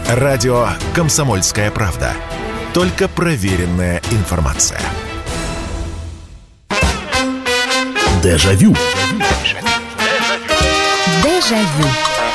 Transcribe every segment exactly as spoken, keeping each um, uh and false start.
Радио «Комсомольская правда». Только проверенная информация. Дежавю. Дежавю.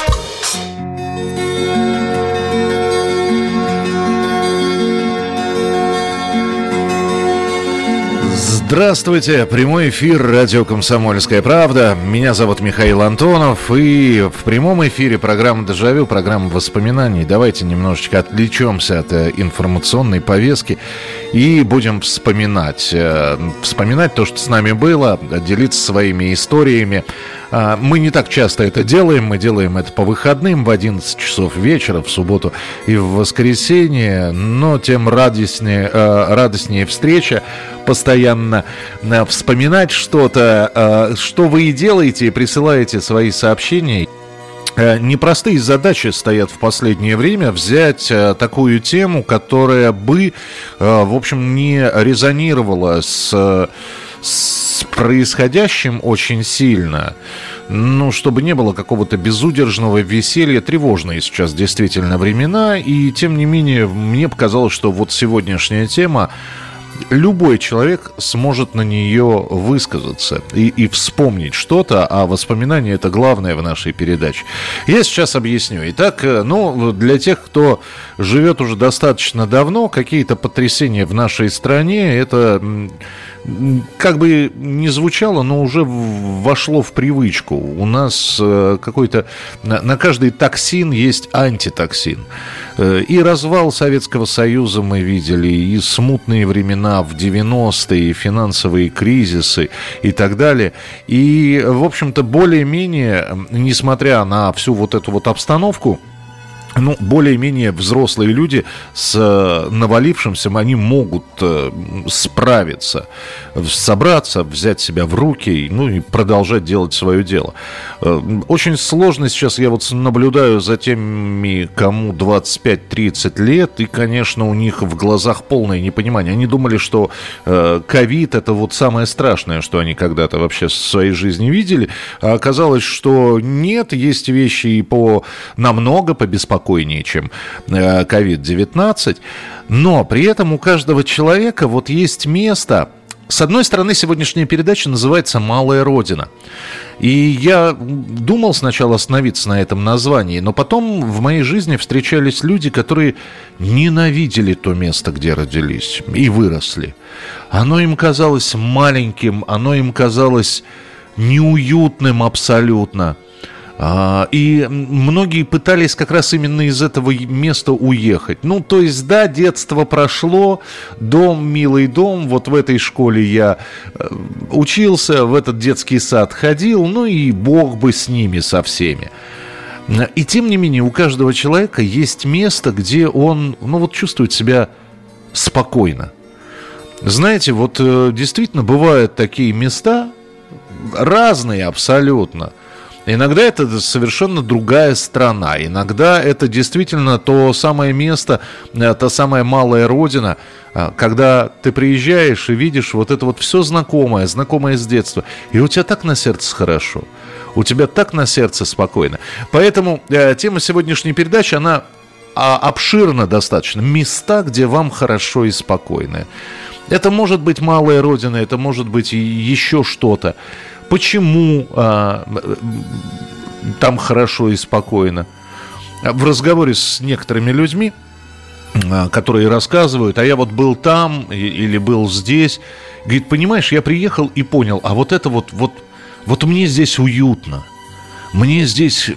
Здравствуйте, прямой эфир радио «Комсомольская правда». Меня зовут Михаил Антонов, и в прямом эфире программа «Дежавю», программа воспоминаний. Давайте немножечко отвлечемся от информационной повестки и будем вспоминать. Вспоминать то, что с нами было, делиться своими историями. Мы не так часто это делаем, мы делаем это по выходным в одиннадцать часов вечера, в субботу и в воскресенье, но тем радостнее, радостнее встреча, постоянно вспоминать что-то, что вы и делаете, и присылаете свои сообщения. Непростые задачи стоят в последнее время. Взять такую тему, которая бы, в общем, не резонировала с... с происходящим очень сильно, ну, чтобы не было какого-то безудержного веселья, тревожные сейчас действительно времена, и тем не менее мне показалось, что вот сегодняшняя тема, любой человек сможет на нее высказаться и, и вспомнить что-то, а воспоминания — это главное в нашей передаче. Я сейчас объясню. Итак, ну, для тех, кто живет уже достаточно давно, какие-то потрясения в нашей стране, это как бы не звучало, но уже вошло в привычку. У нас какой-то... На каждый токсин есть антитоксин. И развал Советского Союза мы видели, и смутные времена в девяностые, и финансовые кризисы и так далее. И, в общем-то, более-менее, несмотря на всю вот эту вот обстановку, ну, более-менее взрослые люди с навалившимся, они могут справиться, собраться, взять себя в руки, ну, и продолжать делать свое дело. Очень сложно сейчас, я вот наблюдаю за теми, кому двадцать пять тридцать лет, и, конечно, у них в глазах полное непонимание. Они думали, что ковид — это вот самое страшное, что они когда-то вообще в своей жизни видели, а оказалось, что нет, есть вещи и по намного побеспокойнее, чем ковид девятнадцать, но при этом у каждого человека вот есть место. С одной стороны, сегодняшняя передача называется «Малая Родина». И я думал сначала остановиться на этом названии, но потом в моей жизни встречались люди, которые ненавидели то место, где родились и выросли. Оно им казалось маленьким, оно им казалось неуютным абсолютно. И многие пытались как раз именно из этого места уехать. Ну, то есть, да, детство прошло, дом, милый дом, вот в этой школе я учился, в этот детский сад ходил, ну и бог бы с ними, со всеми. И тем не менее, у каждого человека есть место, где он, ну вот, чувствует себя спокойно. Знаете, вот действительно бывают такие места, разные абсолютно. Иногда это совершенно другая страна, иногда это действительно то самое место, та самая малая родина, когда ты приезжаешь и видишь вот это вот все знакомое, знакомое с детства, и у тебя так на сердце хорошо, у тебя так на сердце спокойно. Поэтому э, тема сегодняшней передачи, она а, обширна достаточно, места, где вам хорошо и спокойно. Это может быть малая родина, это может быть и еще что-то. Почему а, там хорошо и спокойно? В разговоре с некоторыми людьми, а, которые рассказывают, а я вот был там или был здесь, говорит, понимаешь, я приехал и понял, а вот это вот, вот, вот мне здесь уютно, мне здесь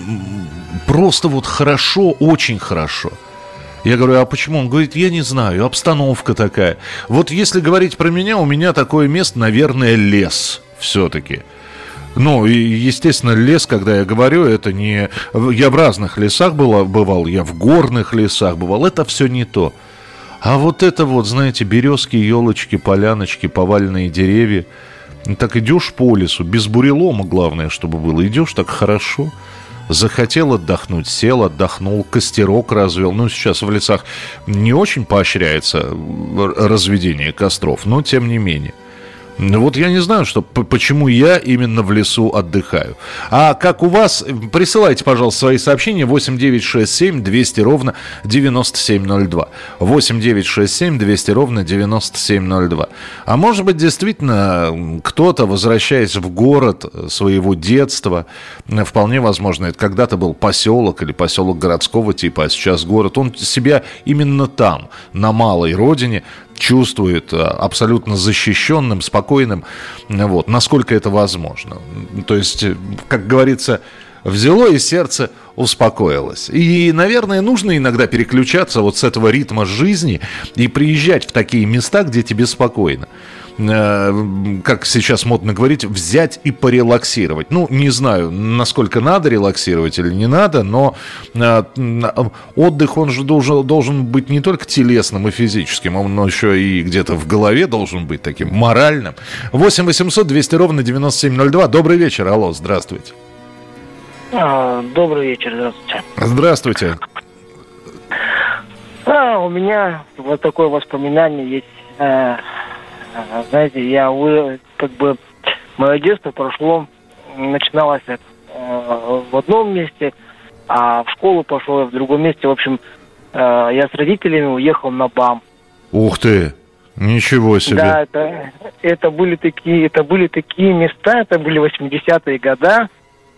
просто вот хорошо, очень хорошо. Я говорю, а почему? Он говорит, я не знаю, обстановка такая. Вот если говорить про меня, у меня такое место, наверное, лес. Все-таки. Ну, и, естественно, лес, когда я говорю, это не... Я в разных лесах был, бывал, я в горных лесах бывал, это все не то. А вот это вот, знаете, березки, елочки, поляночки, поваленные деревья. Так идешь по лесу, без бурелома, главное, чтобы было. Идешь так хорошо. Захотел отдохнуть, сел, отдохнул, костерок развел. Ну, сейчас в лесах не очень поощряется разведение костров, но тем не менее. Вот я не знаю, что, почему я именно в лесу отдыхаю. А как у вас? Присылайте, пожалуйста, свои сообщения. восемь девятьсот шестьдесят семь двести ровно девяносто семь ноль два. восемь девятьсот шестьдесят семь двести ровно девяносто семь ноль два. А может быть, действительно, кто-то, возвращаясь в город своего детства, вполне возможно, это когда-то был поселок или поселок городского типа, а сейчас город, он себя именно там, на малой родине, чувствует абсолютно защищенным, спокойным, вот, насколько это возможно. То есть, как говорится, взяло и сердце успокоилось. И, наверное, нужно иногда переключаться вот с этого ритма жизни и приезжать в такие места, где тебе спокойно. Как сейчас модно говорить, взять и порелаксировать. Ну, не знаю, насколько надо релаксировать или не надо, но отдых, он же должен, должен быть не только телесным и физическим, он еще и где-то в голове должен быть таким моральным. восемь восемьсот двести ровно девяносто семь ноль два. Добрый вечер, алло, здравствуйте. А, добрый вечер, здравствуйте. Здравствуйте. А, у меня вот такое воспоминание есть. А, знаете, я вы, как бы мое детство прошло, начиналось а, в одном месте, а в школу пошел в другом месте. В общем, а, я с родителями уехал на БАМ. Ух ты! Ничего себе! Да, это, это были такие, это были такие места, это были восьмидесятые годы.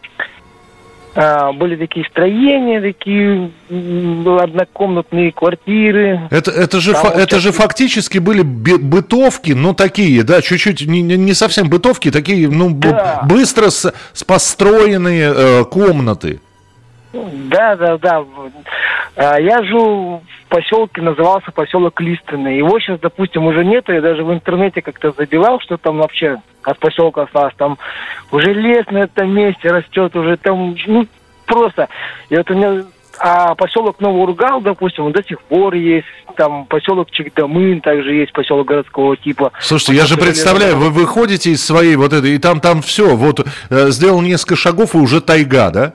А, были такие строения, такие однокомнатные квартиры. Это, это, же, фа- это же фактически были бытовки, но такие, да, чуть-чуть, не, не совсем бытовки, такие, ну, да. б- быстро с, с построенные э, комнаты. Да, да, да. А, я жил в поселке, назывался поселок Лиственный. Его сейчас, допустим, уже нету. Я даже в интернете как-то забивал, что там вообще от поселка осталось. Там уже лес на этом месте растет, уже там, ну, просто. И вот у меня... А поселок Новоургал, допустим, до сих пор есть. Там поселок Чикдамын, также есть поселок городского типа. Слушайте, я же представляю, вы выходите из своей вот этой, и там, там все, вот э, сделал несколько шагов, и уже тайга, да?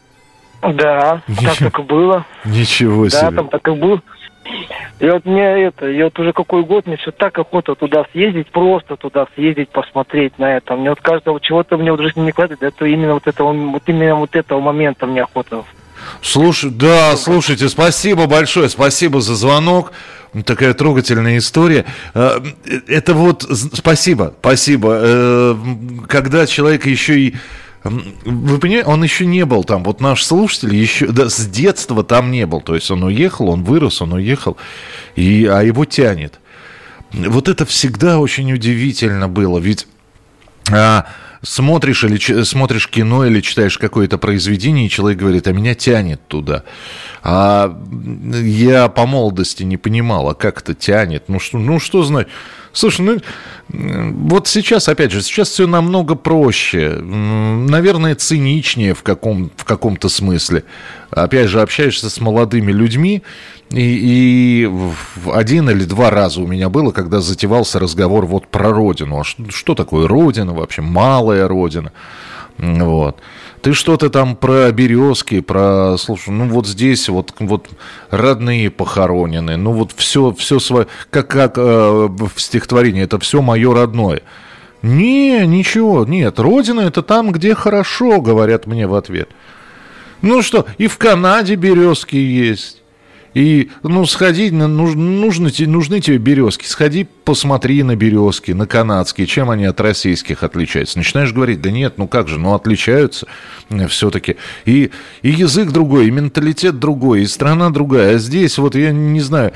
Да, так так и было. Ничего себе. Да, там так и было. И вот мне это, и вот уже какой год, мне все так охота туда съездить, просто туда съездить, посмотреть на это. Мне вот кажется, вот чего-то мне в жизни не хватит, это именно вот этого, вот именно вот этого момента мне охота. Слушай, да, слушайте, спасибо большое, спасибо за звонок. Такая трогательная история. Это вот, спасибо, спасибо. Когда человек еще и... Вы понимаете, он еще не был там. Вот наш слушатель еще да, с детства там не был. То есть он уехал, он вырос, он уехал, и, а его тянет. Вот это всегда очень удивительно было. Ведь а, смотришь, или, смотришь кино или читаешь какое-то произведение, и человек говорит, а меня тянет туда. А я по молодости не понимал, а как это тянет. Ну что, ну, что знать. Слушай, ну, вот сейчас, опять же, сейчас все намного проще, наверное, циничнее в, каком, в каком-то смысле. Опять же, общаешься с молодыми людьми, и, и один или два раза у меня было, когда затевался разговор вот про родину. А что, что такое родина вообще? Малая родина. Вот. Ты что-то там про березки, про, слушай, ну вот здесь вот, вот родные похоронены, ну вот все, все свое, как, как э, в стихотворении, это все мое родное. Не, ничего, нет, родина это там, где хорошо, говорят мне в ответ. Ну что, и в Канаде березки есть. И, ну, сходи, нужны, нужны тебе березки, сходи, посмотри на березки, на канадские, чем они от российских отличаются. Начинаешь говорить, да нет, ну как же, ну отличаются все-таки. И, и язык другой, и менталитет другой, и страна другая. А здесь вот, я не знаю,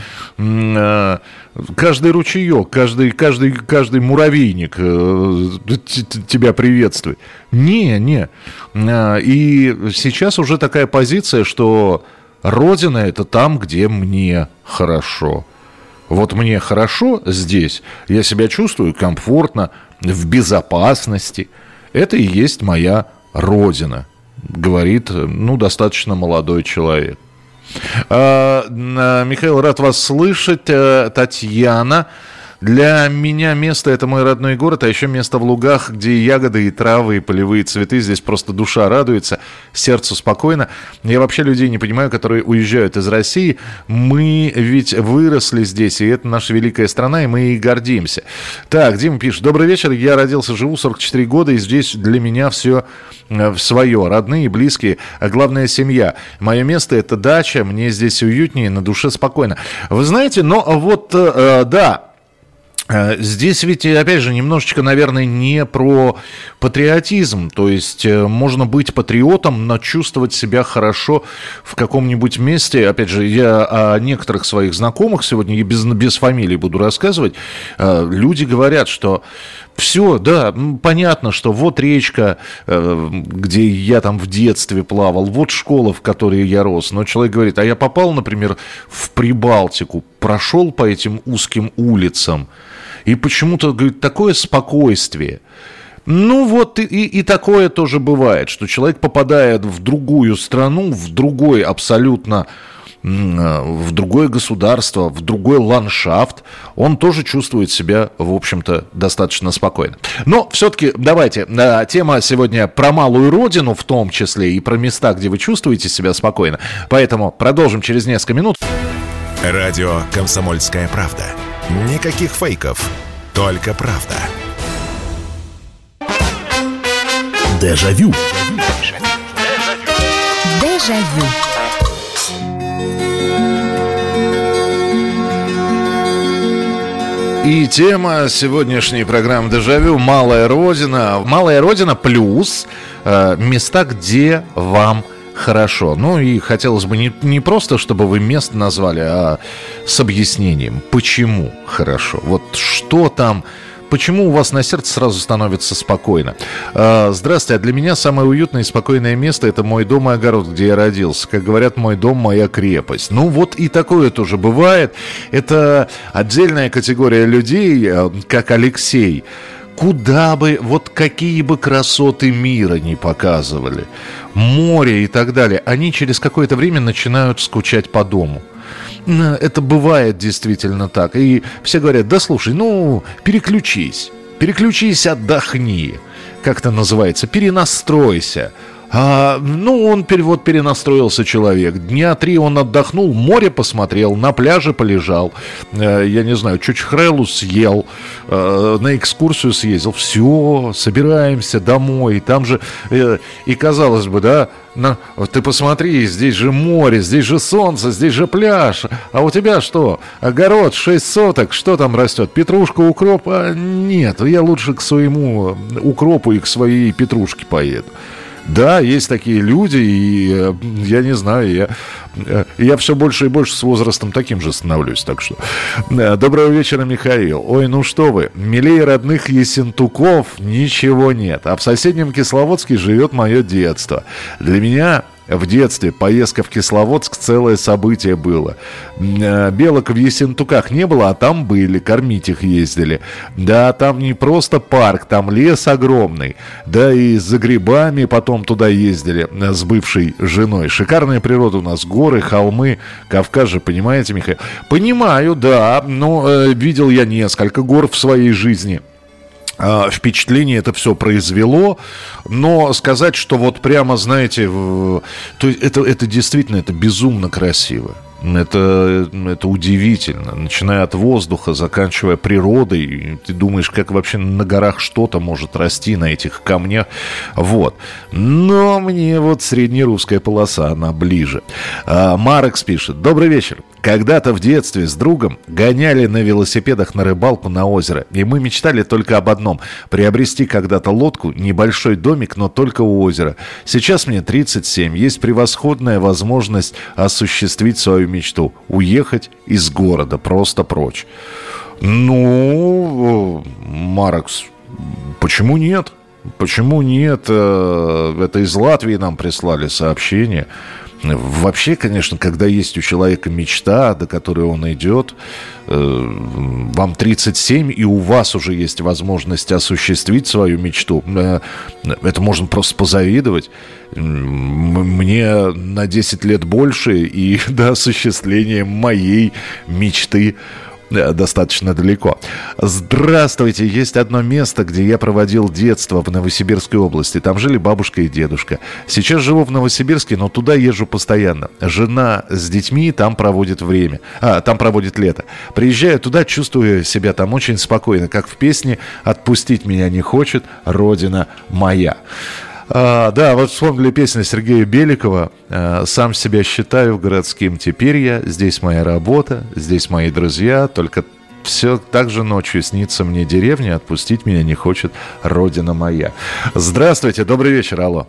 каждый ручеек, каждый, каждый, каждый муравейник тебя приветствует. Не, не. И сейчас уже такая позиция, что... Родина – это там, где мне хорошо. Вот мне хорошо здесь, я себя чувствую комфортно, в безопасности. Это и есть моя родина, говорит, ну, достаточно молодой человек. А, Михаил, рад вас слышать. Татьяна Для меня место — это мой родной город, а еще место в лугах, где и ягоды, и травы, и полевые цветы. Здесь просто душа радуется, сердцу спокойно. Я вообще людей не понимаю, которые уезжают из России. Мы ведь выросли здесь, и это наша великая страна, и мы ей гордимся. Так, Дима пишет. Добрый вечер, я родился, живу сорок четыре года, и здесь для меня все свое. Родные, близкие, а главное — семья. Мое место — это дача, мне здесь уютнее, на душе спокойно. Вы знаете, но вот, э, да... Здесь ведь, опять же, немножечко, наверное, не про патриотизм. То есть можно быть патриотом, но чувствовать себя хорошо в каком-нибудь месте. Опять же, я о некоторых своих знакомых сегодня, и без, без фамилий буду рассказывать. Люди говорят, что все, да, понятно, что вот речка, где я там в детстве плавал, вот школа, в которой я рос. Но человек говорит, а я попал, например, в Прибалтику, прошел по этим узким улицам, и почему-то, говорит, такое спокойствие. Ну вот и, и, и такое тоже бывает, что человек попадает в другую страну, в другой абсолютно, в другое государство, в другой ландшафт, он тоже чувствует себя, в общем-то, достаточно спокойно. Но все-таки давайте, тема сегодня про малую родину в том числе и про места, где вы чувствуете себя спокойно. Поэтому продолжим через несколько минут. Радио «Комсомольская правда». Никаких фейков, только правда. Дежавю. Дежавю. И тема сегодняшней программы «Дежавю» — «Малая Родина». «Малая Родина» плюс э, места, где вам хорошо. Ну и хотелось бы не, не просто, чтобы вы место назвали, а с объяснением, почему хорошо. Вот что там, почему у вас на сердце сразу становится спокойно. А, здравствуйте, а для меня самое уютное и спокойное место — это мой дом и огород, где я родился. Как говорят, мой дом — моя крепость. Ну вот и такое тоже бывает. Это отдельная категория людей, как Алексей. Куда бы, вот какие бы красоты мира не показывали, море и так далее, они через какое-то время начинают скучать по дому. Это бывает действительно так. И все говорят, да слушай, ну, переключись, переключись, отдохни. Как это называется? Перенастройся. А, ну, он вот перенастроился человек. Дня три он отдохнул, море посмотрел, на пляже полежал, э, я не знаю, чучхрелу съел, э, на экскурсию съездил. Все, собираемся домой. Там же, э, и казалось бы, да, на, ты посмотри, здесь же море, здесь же солнце, здесь же пляж. А у тебя что? Огород, шесть соток, что там растет? Петрушка, укроп? А, нет, я лучше к своему укропу и к своей петрушке поеду. Да, есть такие люди, и я не знаю, я, я все больше и больше с возрастом таким же становлюсь, так что... Доброго вечера, Михаил. Ой, ну что вы, милее родных Ессентуков ничего нет, а в соседнем Кисловодске живет мое детство. Для меня... В детстве поездка в Кисловодск — целое событие было. Белок в Ессентуках не было, а там были, кормить их ездили. Да, там не просто парк, там лес огромный. Да и за грибами потом туда ездили с бывшей женой. Шикарная природа у нас, горы, холмы, Кавказ же, понимаете, Михаил? Понимаю, да, но э, видел я несколько гор в своей жизни. Впечатление это все произвело, но сказать, что вот прямо, знаете, в... то есть это, это действительно, это безумно красиво. Это, это удивительно, начиная от воздуха, заканчивая природой. Ты думаешь, как вообще на горах что-то может расти на этих камнях. Вот. Но мне вот среднерусская полоса, она ближе. а, Марекс пишет. Добрый вечер. Когда-то в детстве с другом гоняли на велосипедах на рыбалку на озеро. И мы мечтали только об одном – приобрести когда-то лодку, небольшой домик, но только у озера. Сейчас мне тридцать семь. Есть превосходная возможность осуществить свою мечту – уехать из города просто прочь. Ну, Марекс, почему нет? Почему нет? Это из Латвии нам прислали сообщение. Вообще, конечно, когда есть у человека мечта, до которой он идет, э, вам тридцать семь, и у вас уже есть возможность осуществить свою мечту, э, это можно просто позавидовать. Мне на десять лет больше, и до осуществления моей мечты достаточно далеко. Здравствуйте, есть одно место, где я проводил детство в Новосибирской области. Там жили бабушка и дедушка. Сейчас живу в Новосибирске, но туда езжу постоянно. Жена с детьми там проводит время. А, там проводит лето. Приезжаю туда, чувствую себя там очень спокойно, как в песне «Отпустить меня не хочет, Родина моя». А, да, вот вспомнили песню Сергея Беликова «Сам себя считаю городским, теперь я, здесь моя работа, здесь мои друзья, только все так же ночью снится мне деревня, отпустить меня не хочет Родина моя». Здравствуйте, добрый вечер, алло.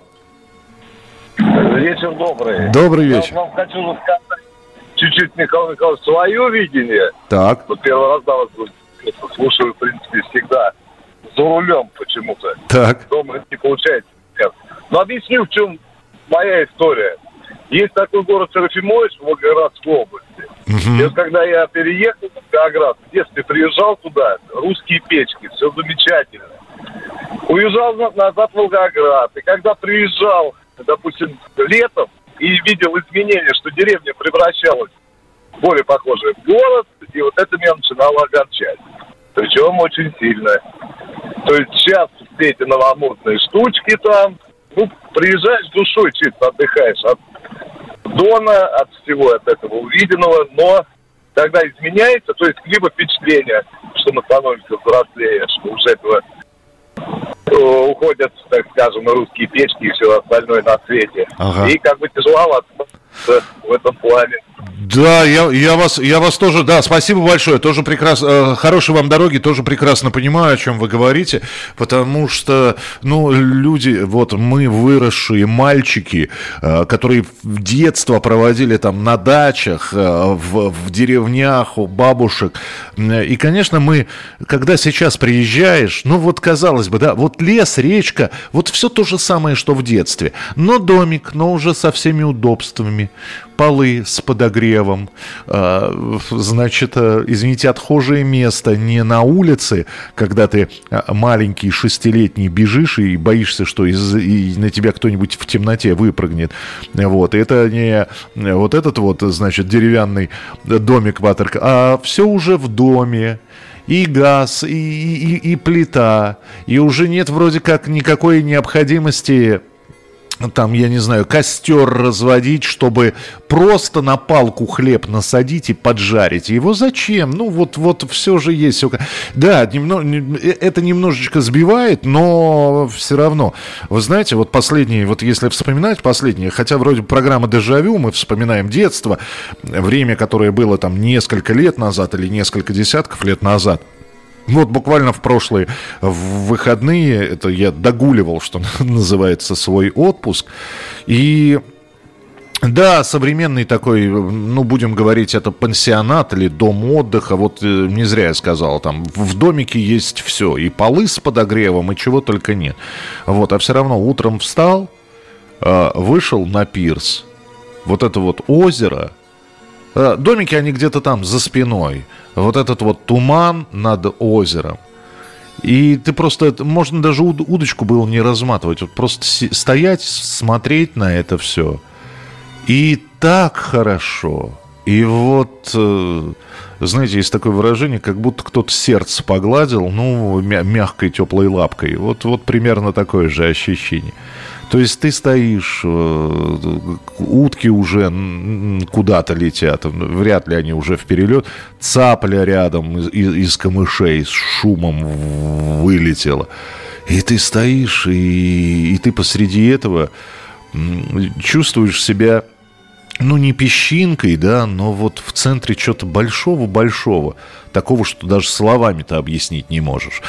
Вечер добрый. Добрый вечер. Я вам хочу рассказать чуть-чуть, Михаил Михайлович, свое видение. Так. Вот первый раз, да, вас слушаю, в принципе, всегда за рулем почему-то. Так. Дома не получается. Но объясню, в чем моя история. Есть такой город Серафимович в Волгоградской области. Uh-huh. И вот когда я переехал в Волгоград, в детстве приезжал туда, русские печки, все замечательно. Уезжал назад в Волгоград. И когда приезжал, допустим, летом, и видел изменения, что деревня превращалась в более похожее в город, и вот это меня начинало огорчать. Причем очень сильно. То есть сейчас все эти новомодные штучки там, ну, приезжаешь душой чисто, отдыхаешь от дона, от всего от этого увиденного, но тогда изменяется, то есть либо впечатление, что мы становимся взрослее, что уже этого э, уходят, так скажем, русские печки и все остальное на свете. Ага. И как бы тяжеловато в этом плане. Да, я, я, вас, я вас тоже, да, спасибо большое, тоже прекрасно, э, хорошей вам дороги, тоже прекрасно понимаю, о чем вы говорите, потому что, ну, люди, вот мы выросшие мальчики, э, которые детство проводили там на дачах, э, в, в деревнях у бабушек, э, и, конечно, мы, когда сейчас приезжаешь, ну, вот, казалось бы, да, вот лес, речка, вот все то же самое, что в детстве, но домик, но уже со всеми удобствами, полы с подогревом, значит, извините, отхожее место не на улице, когда ты маленький шестилетний бежишь и боишься, что из, и на тебя кто-нибудь в темноте выпрыгнет. Вот. И это не вот этот вот, значит, деревянный домик ватерка, а все уже в доме. И газ, и, и, и плита, и уже нет вроде как никакой необходимости там, я не знаю, костер разводить, чтобы просто на палку хлеб насадить и поджарить. Его зачем? Ну, вот, вот все же есть. Да, немного, это немножечко сбивает, но все равно. Вы знаете, вот последние, вот если вспоминать последние, хотя вроде программа «Дежавю», мы вспоминаем детство, время, которое было там несколько лет назад или несколько десятков лет назад. Вот буквально в прошлые выходные, это я догуливал, что называется, свой отпуск. И да, современный такой, ну, будем говорить, это пансионат или дом отдыха. Вот не зря я сказал, там в домике есть все. И полы с подогревом, и чего только нет. Вот, а все равно утром встал, вышел на пирс. Вот это вот озеро. Домики, они где-то там за спиной. Вот этот вот туман над озером. И ты просто, можно даже удочку было не разматывать. Вот просто стоять, смотреть на это все. И так хорошо. И вот, знаете, есть такое выражение, как будто кто-то сердце погладил, ну, мягкой теплой лапкой. Вот, вот примерно такое же ощущение. То есть ты стоишь, утки уже куда-то летят, вряд ли они уже в перелет, цапля рядом из, из камышей с шумом вылетела. И ты стоишь, и, и ты посреди этого чувствуешь себя, ну, не песчинкой, да, но вот в центре чего-то большого-большого. Такого, что даже словами-то объяснить не можешь.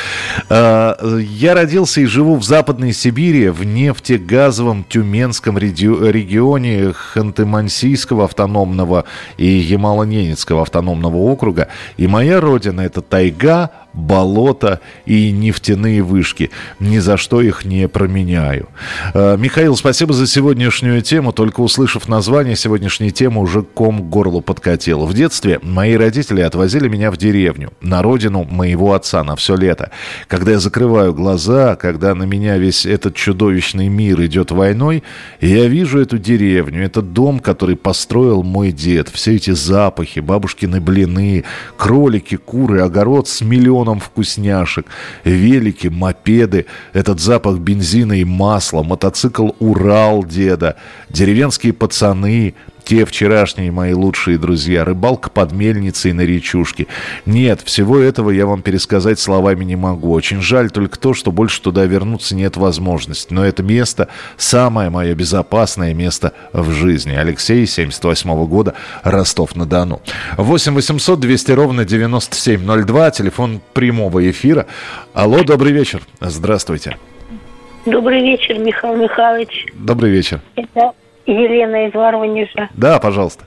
Я родился и живу в Западной Сибири, в нефтегазовом Тюменском регионе Ханты-Мансийского автономного и Ямало-Ненецкого автономного округа. И моя родина — это тайга, болото и нефтяные вышки. Ни за что их не променяю. Михаил, спасибо за сегодняшнюю тему. Только услышав название сегодняшней темы, уже ком к горлу подкатил. В детстве мои родители отвозили меня в деревню деревню, на родину моего отца на все лето. Когда я закрываю глаза, когда на меня весь этот чудовищный мир идет войной, я вижу эту деревню, этот дом, который построил мой дед, все эти запахи, бабушкины блины, кролики, куры, огород с миллионом вкусняшек, велики, мопеды, этот запах бензина и масла, мотоцикл «Урал» деда, деревенские пацаны, те вчерашние мои лучшие друзья, рыбалка под мельницей на речушке. Нет, всего этого я вам пересказать словами не могу. Очень жаль только то, что больше туда вернуться нет возможности. Но это место самое мое безопасное место в жизни. Алексей, семьдесят восьмого года, Ростов-на-Дону. восемь восемьсот двести ровно девяносто семь ноль два, телефон прямого эфира. Алло, добрый вечер. Здравствуйте. Добрый вечер, Михаил Михайлович. Добрый вечер. Это Елена из Воронежа. Да, пожалуйста.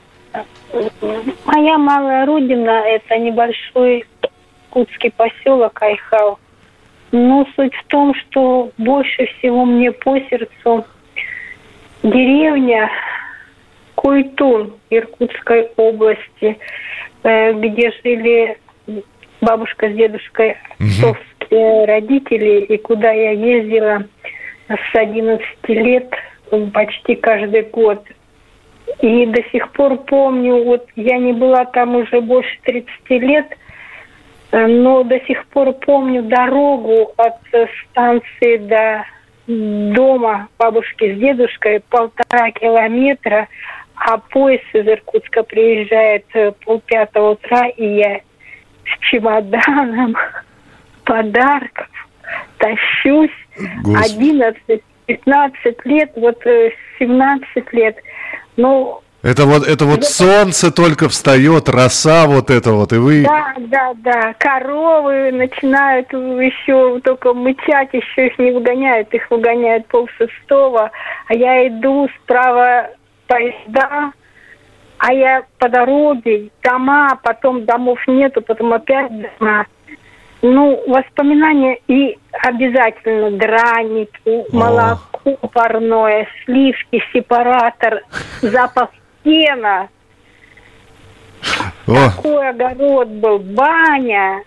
Моя малая родина – это небольшой кутский поселок Айхал. Но суть в том, что больше всего мне по сердцу деревня Куйтун Иркутской области, где жили бабушка с дедушкой, отцовские родители, и куда я ездила с одиннадцати лет почти каждый год. И до сих пор помню, вот я не была там уже больше тридцати лет, но до сих пор помню дорогу от станции до дома бабушки с дедушкой полтора километра, а поезд из Иркутска приезжает полпятого утра, и я с чемоданом подарков тащусь. одиннадцать-пятнадцать лет, вот семнадцать лет. Ну, это вот, это вот солнце только встает, роса вот это вот, и вы... Да, да, да. Коровы начинают еще только мычать, еще их не выгоняют. Их выгоняют полшестого. А я иду справа поезда, а я по дороге, дома, потом домов нету, потом опять дома. Ну, воспоминания и обязательно драники, молоко парное, сливки, сепаратор, запах сена. О. Такой огород был, баня.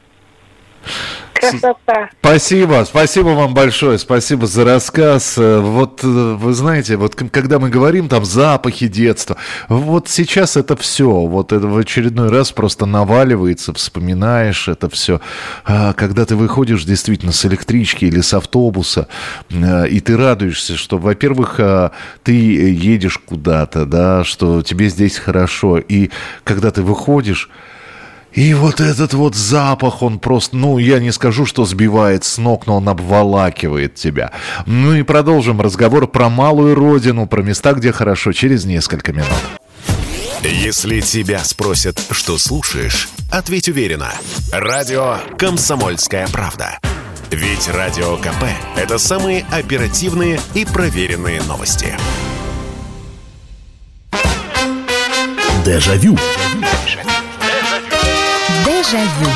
Красота. Спасибо, спасибо вам большое, спасибо за рассказ. Вот вы знаете, вот когда мы говорим там запахи детства, вот сейчас это все, вот это в очередной раз просто наваливается, вспоминаешь это все. Когда ты выходишь действительно с электрички или с автобуса, и ты радуешься, что, во-первых, ты едешь куда-то, да, что тебе здесь хорошо, и когда ты выходишь, и вот этот вот запах, он просто, ну, я не скажу, что сбивает с ног, но он обволакивает тебя. Ну и продолжим разговор про малую родину, про места, где хорошо, через несколько минут. Если тебя спросят, что слушаешь, ответь уверенно. Радио «Комсомольская правда». Ведь Радио КП – это самые оперативные и проверенные новости. Дежавю. Дежавю.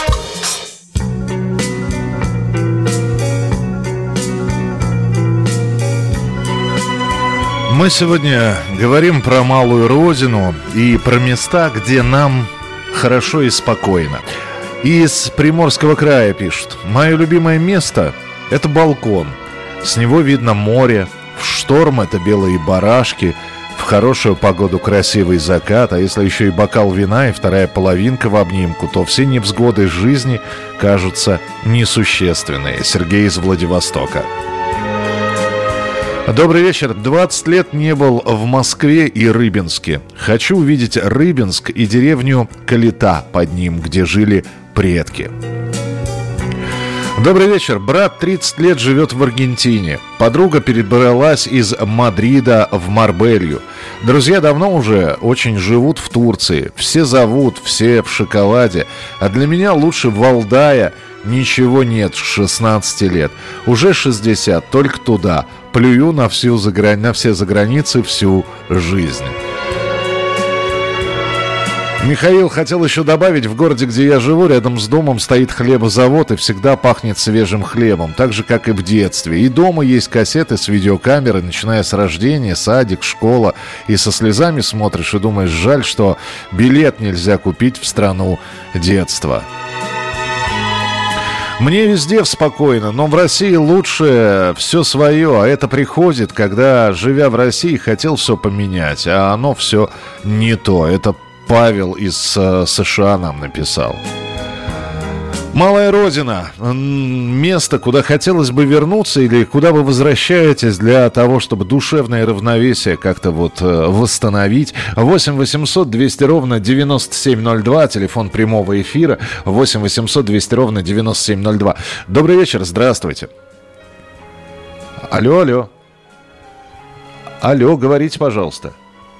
Мы сегодня говорим про малую родину и про места, где нам хорошо и спокойно. Из Приморского края пишут: «Мое любимое место – это балкон. С него видно море, в шторм – это белые барашки, в хорошую погоду красивый закат, а если еще и бокал вина и вторая половинка в обнимку, то все невзгоды жизни кажутся несущественные». Сергей из Владивостока. Добрый вечер. двадцать лет не был в Москве и Рыбинске. Хочу увидеть Рыбинск и деревню Калита под ним, где жили предки. Добрый вечер. Брат тридцать лет живет в Аргентине. Подруга перебралась из Мадрида в Марбелью. Друзья давно уже очень живут в Турции. Все зовут, все в шоколаде. А для меня лучше Валдая ничего нет с шестнадцати лет. Уже шестьдесят, только туда. Плюю на, всю заграни... на все заграницы всю жизнь. Михаил хотел еще добавить, в городе, где я живу, рядом с домом стоит хлебозавод и всегда пахнет свежим хлебом, так же, как и в детстве. И дома есть кассеты с видеокамерой, начиная с рождения, садик, школа. И со слезами смотришь и думаешь, жаль, что билет нельзя купить в страну детства. Мне везде спокойно, но в России лучше все свое, а это приходит, когда, живя в России, хотел все поменять, а оно все не то. Это Павел из э, США нам написал. Малая Родина. Место, куда хотелось бы вернуться или куда вы возвращаетесь для того, чтобы душевное равновесие как-то вот э, восстановить. восемь восемьсот двести ровно девяносто семь ноль два, телефон прямого эфира. восемь восемьсот двести ровно девяносто семь ноль два. Добрый вечер, здравствуйте. Алло, алло. Алло, говорите, пожалуйста.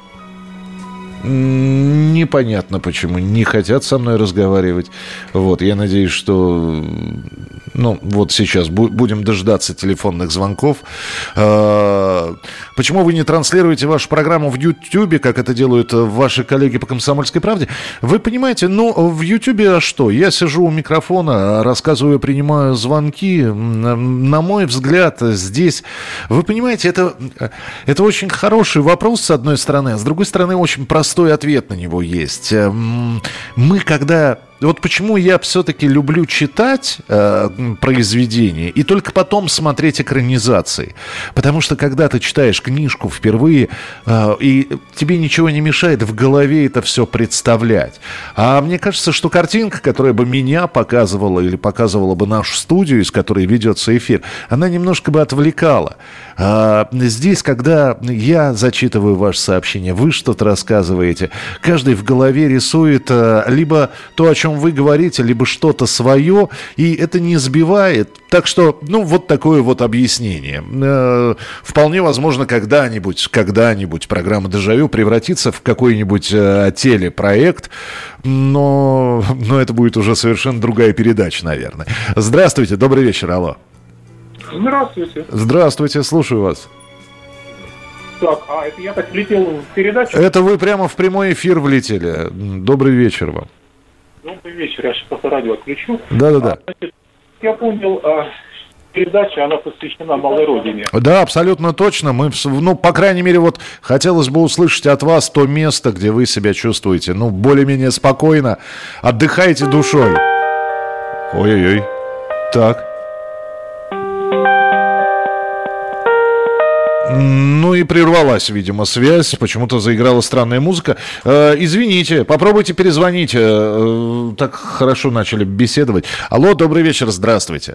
Непонятно, почему не хотят со мной разговаривать. Вот, я надеюсь, что... Ну, вот сейчас бу- будем дождаться телефонных звонков. А- почему вы не транслируете вашу программу в Ютьюбе, как это делают ваши коллеги по «Комсомольской правде»? Вы понимаете, ну, в Ютьюбе а что? Я сижу у микрофона, рассказываю, принимаю звонки. На мой взгляд, здесь... Вы понимаете, это, это очень хороший вопрос, с одной стороны, а с другой стороны, очень простой ответ на него есть. Мы, когда... Вот почему я все-таки люблю читать э, произведения и только потом смотреть экранизации. Потому что когда ты читаешь книжку впервые, э, и тебе ничего не мешает в голове это все представлять. А мне кажется, что картинка, которая бы меня показывала или показывала бы нашу студию, из которой ведется эфир, она немножко бы отвлекала. А здесь, когда я зачитываю ваше сообщение, вы что-то рассказываете, каждый в голове рисует э, либо то, о чем вы говорите, либо что-то свое, и это не сбивает. Так что, ну, вот такое вот объяснение. Э, вполне возможно, когда-нибудь, когда-нибудь программа «Дежавю» превратится в какой-нибудь э, телепроект, но, но это будет уже совершенно другая передача, наверное. Здравствуйте, добрый вечер, алло. Здравствуйте. Здравствуйте, слушаю вас. Так, а это я так влетел в передачу? Это вы прямо в прямой эфир влетели. Добрый вечер вам. Добрый вечер, я сейчас просто радио отключу. Да-да-да. А, значит, я понял, а, передача, она посвящена Малой Родине. Да, абсолютно точно. Мы, ну, по крайней мере, вот хотелось бы услышать от вас то место, где вы себя чувствуете, ну, более-менее спокойно, отдыхаете душой. Ой-ой-ой. Так. Ну и прервалась, видимо, связь. Почему-то заиграла странная музыка. Э, извините, попробуйте перезвонить. Э, так хорошо начали беседовать. Алло, добрый вечер, здравствуйте.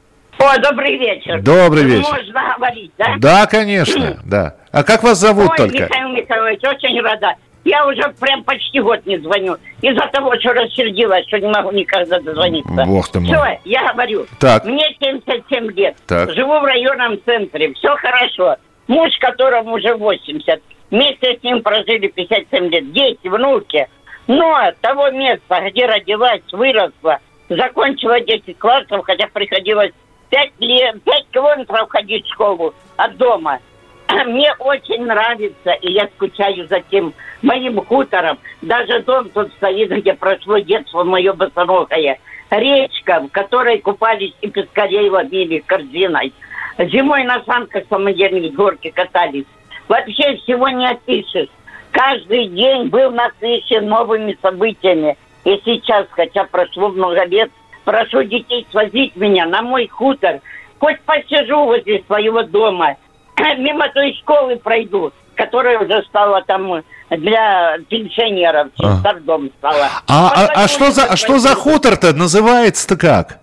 О, добрый вечер. Добрый вечер. Можно говорить, да? Да, конечно, да. А как вас зовут Ой, только? Михаил Михайлович, очень рада. Я уже прям почти год не звоню. Из-за того, что рассердилась, что не могу никогда дозвониться. Бог ты мой. Все, я говорю. Так. Мне семьдесят семь лет. Так. Живу в районном центре. Все хорошо. Муж, которому уже восемьдесят. Вместе с ним прожили пятьдесят семь лет. Дети, внуки. Но того места, где родилась, выросла, закончила десять классов, хотя приходилось пять лет, пять километров ходить в школу от дома. Мне очень нравится, и я скучаю за тем моим хутором. Даже дом тут стоит, где прошло детство мое босоногое. Речка, в которой купались и пескарей ловили корзиной. Зимой на санках самодельных горки катались. Вообще всего не опишешь. Каждый день был насыщен новыми событиями. И сейчас, хотя прошло много лет, прошу детей свозить меня на мой хутор. Хоть посижу возле своего дома. Мимо той школы пройду, которая уже стала там для пенсионеров. А. Стардом стала. А, а, а, что, за, а что за хутор-то называется-то как?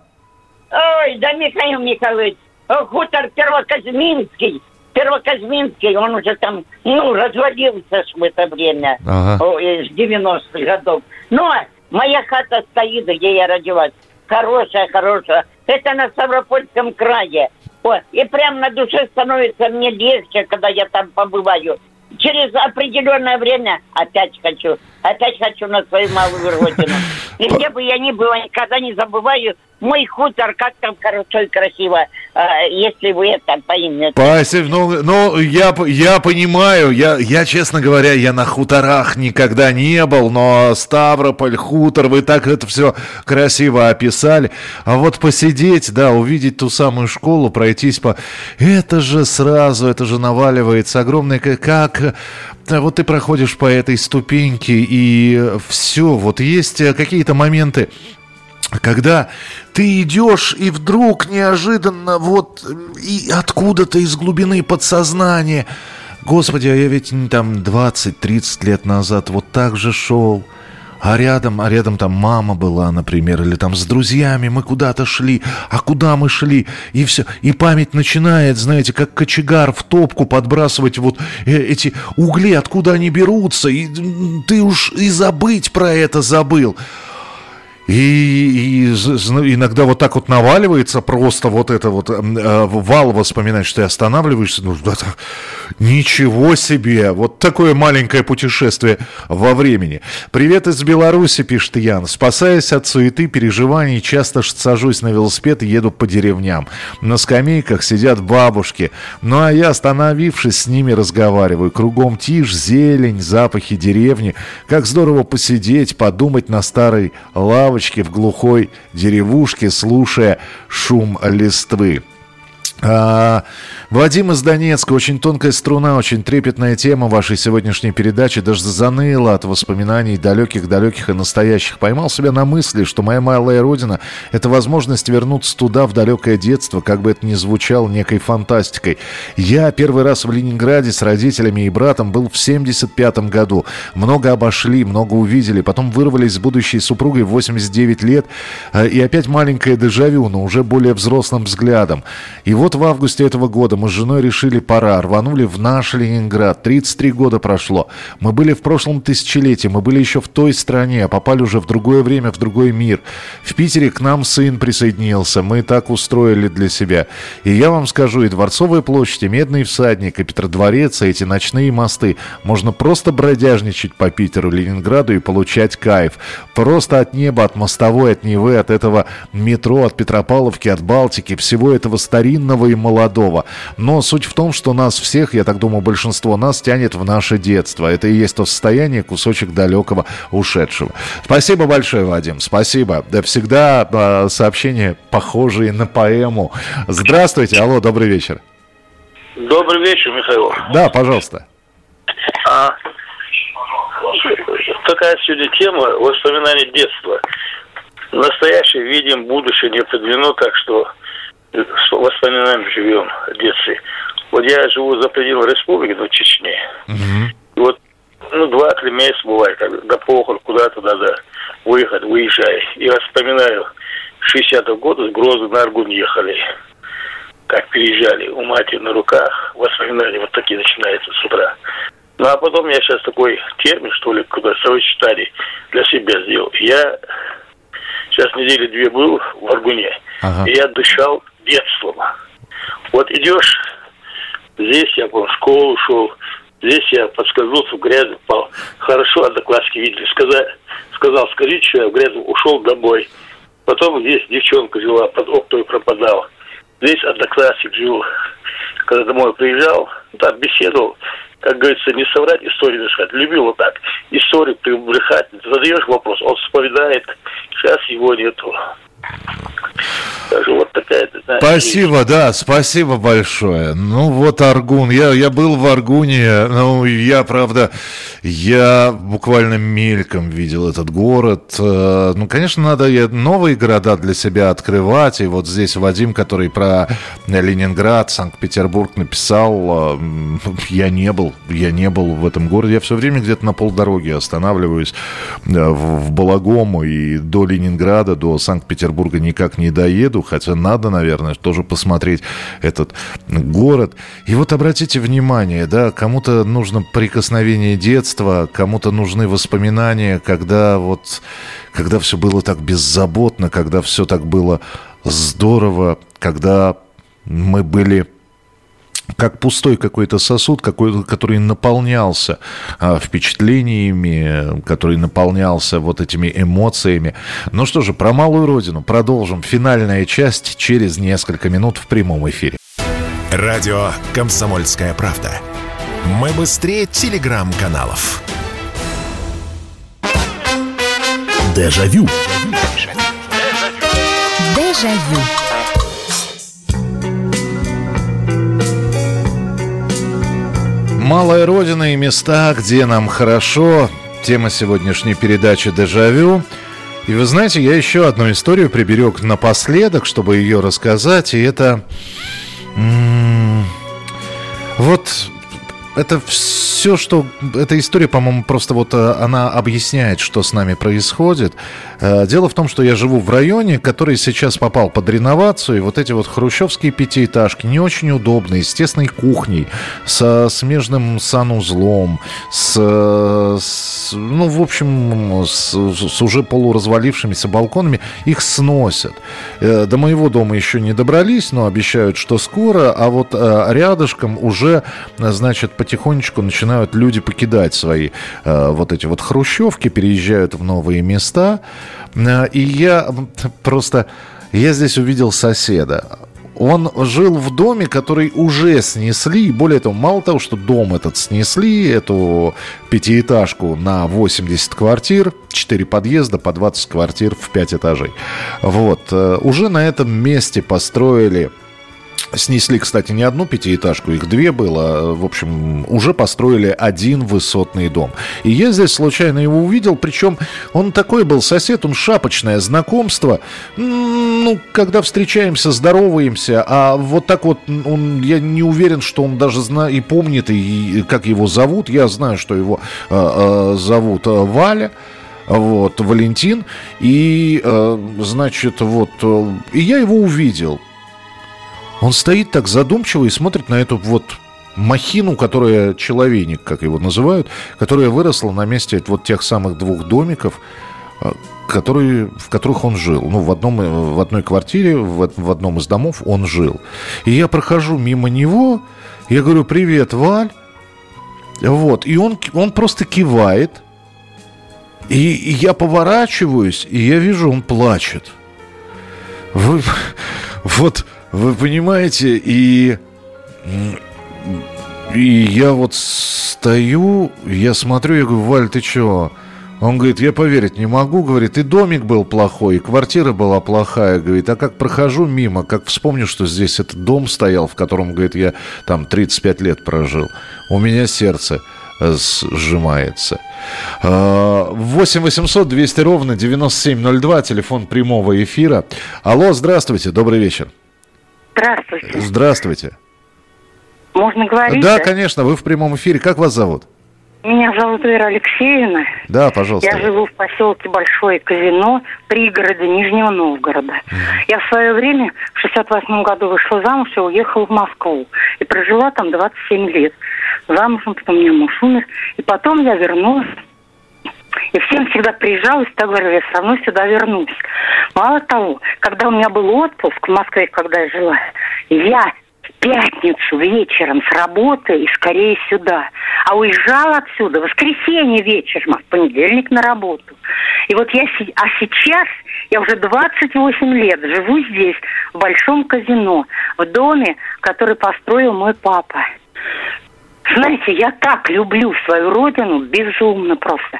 Ой, да, Михаил Михайлович, хутор Первоказминский. Первоказминский, он уже там, ну, развалился в это время, ага. С девяностых годов. Но моя хата стоит, где я родилась. Хорошая, хорошая. Это на Ставропольском крае. О, и прям на душе становится мне легче, когда я там побываю. Через определенное время опять хочу. Опять хочу на свою малую родину. И где бы я ни была, никогда не забываю мой хутор, как там хорошо и красиво. если вы это поймете. Спасибо. Ну, ну я, я понимаю, я, я, честно говоря, я на хуторах никогда не был, но Ставрополь, хутор, вы так это все красиво описали. А вот посидеть, да, увидеть ту самую школу, пройтись по... Это же сразу, это же наваливается огромное, как... Вот ты проходишь по этой ступеньке, и все, вот есть какие-то моменты, когда ты идешь, и вдруг неожиданно вот и откуда-то из глубины подсознания: Господи, а я ведь там двадцать-тридцать лет назад вот так же шел. А рядом, а рядом там мама была, например, или там с друзьями мы куда-то шли. А куда мы шли? И все. И память начинает, знаете, как кочегар в топку подбрасывать вот эти угли, откуда они берутся. И ты уж и забыть про это забыл. И, и иногда вот так вот наваливается просто вот это вот э, вал воспоминаний, что ты останавливаешься, ну, да, ничего себе, вот такое маленькое путешествие во времени. Привет из Беларуси, пишет Ян. Спасаясь от суеты, переживаний, часто сажусь на велосипед и еду по деревням. На скамейках сидят бабушки, ну а я, остановившись, с ними разговариваю. Кругом тишь, зелень, запахи деревни. Как здорово посидеть, подумать на старой лавочке в глухой деревушке, слушая шум листвы. А, Вадим из Донецка. Очень тонкая струна, очень трепетная тема вашей сегодняшней передачи. Даже заныла от воспоминаний далеких-далеких и настоящих. Поймал себя на мысли, что моя малая родина — это возможность вернуться туда, в далекое детство, как бы это ни звучало некой фантастикой. Я первый раз в Ленинграде с родителями и братом был в семьдесят пятом году. Много обошли, много увидели. Потом вырвались с будущей супругой в восемьдесят девять лет. И опять маленькое дежавю, но уже более взрослым взглядом. И вот в августе этого года мы с женой решили, пора, рванули в наш Ленинград. тридцать три года прошло. Мы были в прошлом тысячелетии, мы были еще в той стране, а попали уже в другое время, в другой мир. В Питере к нам сын присоединился, мы так устроили для себя. И я вам скажу, и Дворцовая площадь, и Медный всадник, и Петродворец, и эти ночные мосты. Можно просто бродяжничать по Питеру, Ленинграду и получать кайф. Просто от неба, от мостовой, от Невы, от этого метро, от Петропавловки, от Балтики, всего этого старинного и молодого. Но суть в том, что нас всех, я так думаю, большинство нас тянет в наше детство. Это и есть то состояние, кусочек далекого ушедшего. Спасибо большое, Вадим, спасибо. Да, всегда э, сообщения, похожие на поэму. Здравствуйте, алло, добрый вечер. Добрый вечер, Михаил. Да, пожалуйста. А, такая сегодня тема воспоминаний детства. Настоящее видим, будущее не определено, так что воспоминанием живем в детстве. Вот я живу за пределами республики, в Чечне. Uh-huh. И вот, ну, два-три месяца бывает, когда похорон куда-то надо выехать, выезжай. И я вспоминаю, шестидесятого года с Грозы на Аргун ехали. Как переезжали, у матери на руках. Воспоминания вот такие начинаются с утра. Ну, а потом я сейчас такой термин, что ли, куда совочетание для себя сделал. Я сейчас недели две был в Аргуне, uh-huh. и я дышал детством. Вот идешь, здесь я в школу шел, здесь я подскользнулся в грязь, упал. Хорошо, одноклассники видели, сказал, сказал, скажи, что я в грязь ушел домой. Потом здесь девчонка жила, под окной пропадал. Здесь одноклассник жил. Когда домой приезжал, там беседовал, как говорится, не соврать, историю рассказать. Любил вот так. Историю прибрехать, задаешь вопрос, он вспоминает. Сейчас его нету. Даже вот такая, знаешь, спасибо, есть. Да, спасибо большое. Ну вот Аргун, я, я был в Аргуне, ну я, правда, я буквально мельком видел этот город. Ну, конечно, надо новые города для себя открывать, и вот здесь Вадим, который про Ленинград, Санкт-Петербург написал, я не был, я не был в этом городе, я все время где-то на полдороги останавливаюсь в Балагому, и до Ленинграда, до Санкт-Петербурга никак не доеду, хотя надо, наверное, тоже посмотреть этот город. И вот обратите внимание, да, кому-то нужно прикосновение детства, кому-то нужны воспоминания, когда вот, когда все было так беззаботно, когда все так было здорово, когда мы были как пустой какой-то сосуд, какой, который наполнялся а, впечатлениями, который наполнялся вот этими эмоциями. Ну что же, про малую родину продолжим. Финальная часть через несколько минут в прямом эфире. Радио «Комсомольская правда». Мы быстрее телеграм-каналов. Дежавю. Дежавю. Малая родина и места, где нам хорошо. Тема сегодняшней передачи «Дежавю». И вы знаете, я еще одну историю приберег напоследок, чтобы ее рассказать. И это... М- вот... Это все, что... Эта история, по-моему, просто вот она объясняет, что с нами происходит. Дело в том, что я живу в районе, который сейчас попал под реновацию. И вот эти вот хрущевские пятиэтажки, не очень удобные, с тесной кухней, со смежным санузлом, с... с ну, в общем, с, с уже полуразвалившимися балконами, их сносят. До моего дома еще не добрались, но обещают, что скоро. А вот рядышком уже, значит, потихонечку начинают люди покидать свои э, вот эти вот хрущевки, переезжают в новые места. Э, и я просто... Я здесь увидел соседа. Он жил в доме, который уже снесли. Более того, мало того, что дом этот снесли, эту пятиэтажку на восемьдесят квартир, четыре подъезда по двадцать квартир в пять этажей. Вот. Э, уже на этом месте построили... Снесли, кстати, не одну пятиэтажку, их две было. В общем, уже построили один высотный дом. И я здесь случайно его увидел, причем он такой был сосед, он шапочное знакомство. Ну, когда встречаемся, здороваемся, а вот так вот, он, я не уверен, что он даже знает и помнит, и, и как его зовут. Я знаю, что его э, э, зовут Валя. Вот, Валентин. И, э, значит, вот, э, и я его увидел. Он стоит так задумчиво и смотрит на эту вот махину, которая человейник, как его называют, которая выросла на месте вот тех самых двух домиков, которые, в которых он жил. Ну, в, одном, в одной квартире, в, в одном из домов он жил. И я прохожу мимо него, я говорю: «Привет, Валь». Вот, и он, он просто кивает. И, и я поворачиваюсь, и я вижу, он плачет. Вы, вот... Вы понимаете, и, и я вот стою, я смотрю, я говорю: «Валь, ты чего?» Он говорит: «Я поверить не могу», говорит, «и домик был плохой, и квартира была плохая», говорит, «а как прохожу мимо, как вспомню, что здесь этот дом стоял, в котором, говорит, я там тридцать пять лет прожил, у меня сердце сжимается». восемь восемьсот двести ровно девяносто семь ноль два, телефон прямого эфира. Алло, здравствуйте, добрый вечер. Здравствуйте. Здравствуйте. Можно говорить? Да, да, конечно, вы в прямом эфире. Как вас зовут? Меня зовут Вера Алексеевна. Да, пожалуйста. Я живу в поселке Большое Казино, пригороде Нижнего Новгорода. Mm. Я в свое время в шестьдесят восьмом году вышла замуж и уехала в Москву. И прожила там двадцать семь лет. Замужем, потом у меня муж умер. И потом я вернулась. И всем всегда приезжалась, так говорю, я все равно сюда вернусь. Мало того, когда у меня был отпуск в Москве, когда я жила, я в пятницу вечером с работы и скорее сюда. А уезжала отсюда в воскресенье вечером, а в понедельник на работу. И вот я, а сейчас я уже двадцать восемь лет живу здесь, в Большом Казино, в доме, который построил мой папа. Знаете, я так люблю свою родину, безумно просто.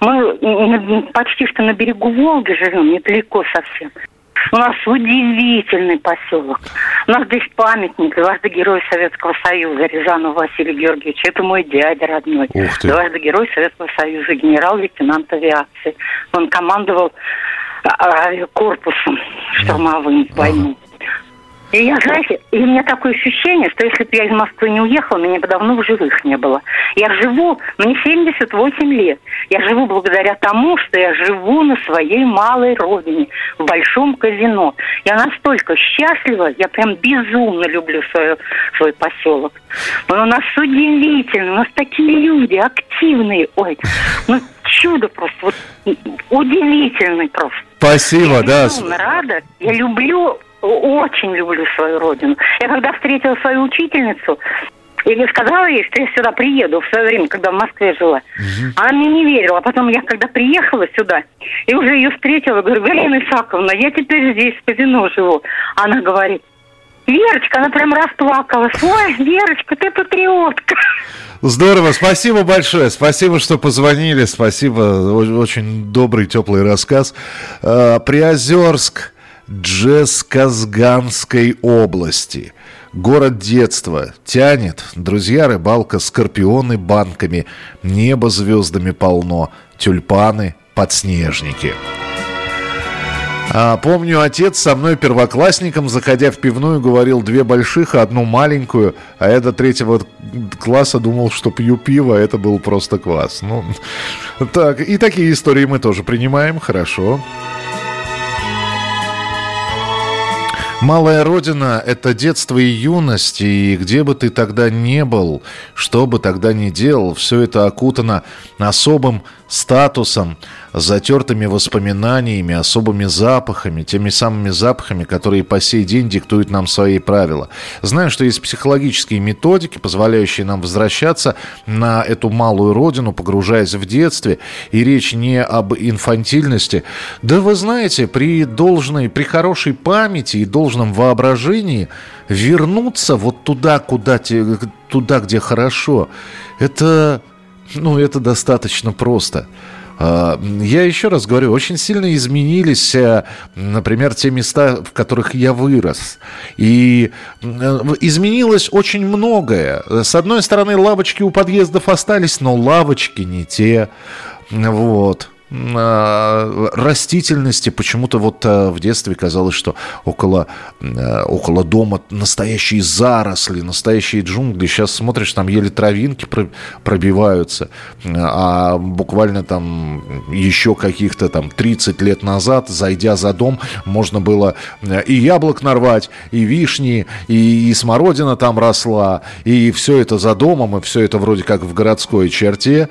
Мы почти что на берегу Волги живем, недалеко совсем. У нас удивительный поселок. У нас здесь памятник дважды Герой Советского Союза Рязанову Василию Георгиевичу. Это мой дядя родной. Дважды Герой Советского Союза, генерал-лейтенант авиации. Он командовал авиакорпусом штурмовым в войну. И я, знаете, и у меня такое ощущение, что если бы я из Москвы не уехала, меня бы давно в живых не было. Я живу, мне семьдесят восемь лет. Я живу благодаря тому, что я живу на своей малой родине, в Большом Казино. Я настолько счастлива, я прям безумно люблю свой, свой поселок. Он у нас удивительный, у нас такие люди активные. Ой, ну чудо просто, вот удивительный просто. Спасибо, я да. безумно рада, я люблю очень люблю свою родину. Я когда встретила свою учительницу, я сказала ей, что я сюда приеду в свое время, когда в Москве жила. Угу. Она мне не верила. А потом я, когда приехала сюда, и уже ее встретила, говорю: Галина Исааковна, я теперь здесь, в казино живу. Она говорит: Верочка, она прям расплакалась. Ой, Верочка, ты патриотка. Здорово, спасибо большое, спасибо, что позвонили, спасибо, очень добрый, теплый рассказ. Приозерск, Джесказганской области. Город детства. Тянет. Друзья, рыбалка, скорпионы банками. Небо звездами полно. Тюльпаны, подснежники. А, помню, отец со мной первоклассником, заходя в пивную, говорил: две больших, а одну маленькую. А я до третьего класса думал, что пью пиво, а это был просто квас. Ну, так, и такие истории мы тоже принимаем. Хорошо. Малая родина – это детство и юность, и где бы ты тогда ни был, что бы тогда ни делал, все это окутано особым статусом, затертыми воспоминаниями, особыми запахами, теми самыми запахами, которые по сей день диктуют нам свои правила. Знаю, что есть психологические методики, позволяющие нам возвращаться на эту малую родину, погружаясь в детстве, и речь не об инфантильности. Да вы знаете, при должной, при хорошей памяти и должном воображении вернуться вот туда, куда те, туда, где хорошо, это, ну, это достаточно просто. Я еще раз говорю, очень сильно изменились, например, те места, в которых я вырос. И изменилось очень многое. С одной стороны, лавочки у подъездов остались, но лавочки не те. Вот. Растительности почему-то вот в детстве казалось, что около, около дома настоящие заросли, настоящие джунгли. Сейчас смотришь, там еле травинки пробиваются, а буквально там еще каких-то там тридцать лет назад, зайдя за дом, можно было и яблок нарвать, и вишни, и, и смородина там росла, и все это за домом, и все это вроде как в городской черте.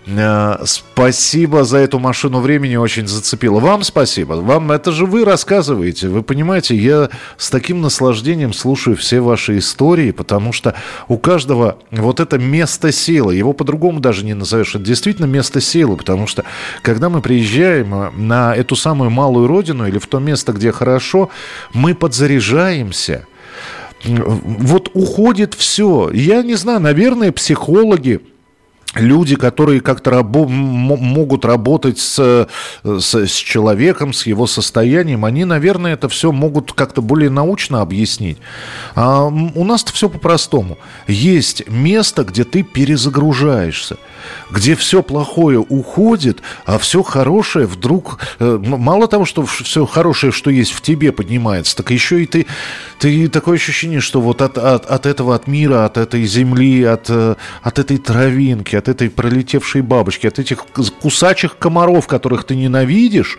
Спасибо за эту машину. Машину времени очень зацепило. Вам спасибо. Вам это же вы рассказываете. Вы понимаете, я с таким наслаждением слушаю все ваши истории, потому что у каждого вот это место силы. Его по-другому даже не назовешь. Это действительно место силы, потому что когда мы приезжаем на эту самую малую родину или в то место, где хорошо, мы подзаряжаемся. Вот уходит все. Я не знаю, наверное, психологи, люди, которые как-то рабо- могут работать с, с, с человеком, с его состоянием, они, наверное, это все могут как-то более научно объяснить. А у нас-то все по-простому. Есть место, где ты перезагружаешься, где все плохое уходит, а все хорошее вдруг... Мало того, что все хорошее, что есть в тебе, поднимается, так еще и ты... ты такое ощущение, что вот от, от, от этого, от мира, от этой земли, от, от этой травинки, от этой пролетевшей бабочки, от этих кусачих комаров, которых ты ненавидишь,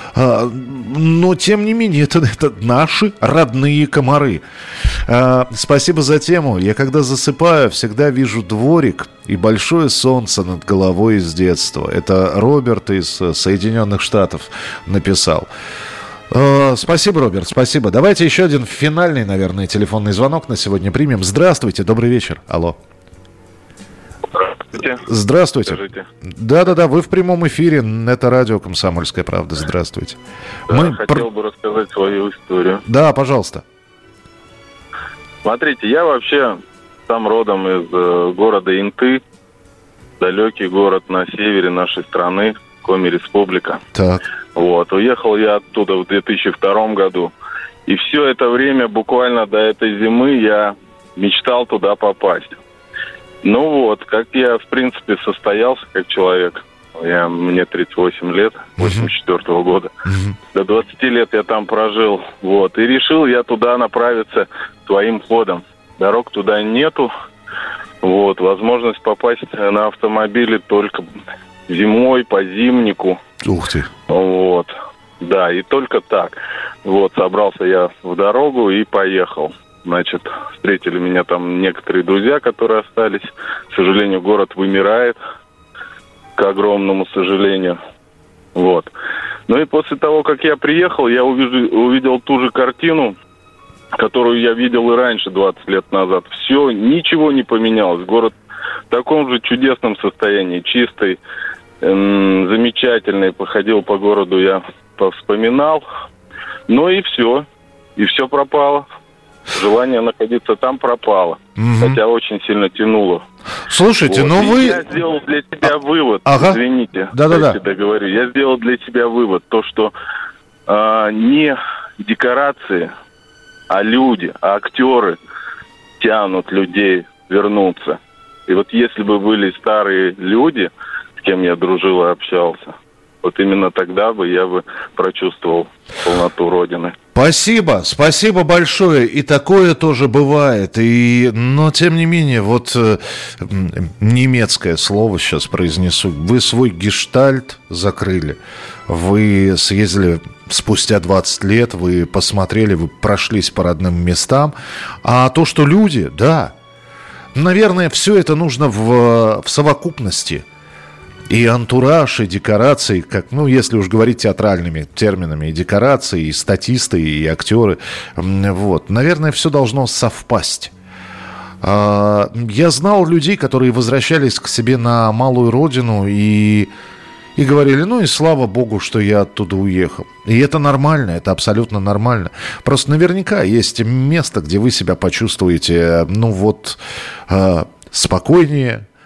но, тем не менее, это, это наши родные комары. Спасибо за тему. Я, когда засыпаю, всегда вижу дворик и большое солнце над головой из детства. Это Роберт из Соединенных Штатов написал. Спасибо, Роберт, спасибо. Давайте еще один финальный, наверное, телефонный звонок на сегодня примем. Здравствуйте, добрый вечер. Алло. Здравствуйте. Здравствуйте. Скажите. Да-да-да, вы в прямом эфире. Это радио «Комсомольская правда». Здравствуйте. Да, Мы хотел пр... бы рассказать свою историю. Да, пожалуйста. Смотрите, я вообще сам родом из э, города Инты. Далекий город на севере нашей страны, Коми-Республика. Так. Вот, уехал я оттуда в две тысячи втором году. И все это время, буквально до этой зимы, я мечтал туда попасть. Ну вот, как я, в принципе, состоялся как человек. Я, мне тридцать восемь лет, восемьдесят четвёртого года. Uh-huh. До двадцати лет я там прожил. Вот, и решил я туда направиться своим ходом. Дорог туда нету. Вот, возможность попасть на автомобиле только зимой, по зимнику. Ух ты. Вот, да, и только так. Вот, собрался я в дорогу и поехал. Значит, встретили меня там некоторые друзья, которые остались. К сожалению, город вымирает, к огромному сожалению. Вот. Ну и после того, как я приехал, я увижу, увидел ту же картину, которую я видел и раньше, двадцать лет назад. Все, ничего не поменялось. Город в таком же чудесном состоянии, чистый, эм, замечательный. Походил по городу, я повспоминал. Ну и все. И все пропало. Желание находиться там пропало. Угу. Хотя очень сильно тянуло. Слушайте, вот. ну И вы... Я сделал для себя а... вывод, ага. извините, да-да-да. я договорю. Я сделал для себя вывод, то, что э, не декорации, а люди, а актеры тянут людей вернуться. И вот если бы были старые люди, с кем я дружил и общался, вот именно тогда бы я бы прочувствовал полноту Родины. Спасибо, спасибо большое. И такое тоже бывает. И, но, тем не менее, вот э, немецкое слово сейчас произнесу. Вы свой гештальт закрыли. Вы съездили спустя двадцать лет, вы посмотрели, вы прошлись по родным местам. А то, что люди, да, наверное, все это нужно в, в совокупности. И антураж, и декорации, как, ну, если уж говорить театральными терминами, и декорации, и статисты, и актеры. Вот. Наверное, все должно совпасть. Я знал людей, которые возвращались к себе на малую родину и, и говорили, ну и слава богу, что я оттуда уехал. И это нормально, это абсолютно нормально. Просто наверняка есть место, где вы себя почувствуете, ну вот, спокойнее,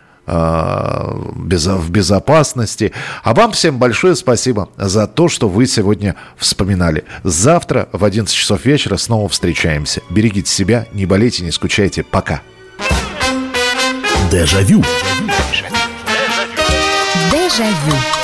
в безопасности. А вам всем большое спасибо за то, что вы сегодня вспоминали. Завтра в одиннадцать часов вечера снова встречаемся. Берегите себя, не болейте, не скучайте. Пока. Дежавю. Дежавю.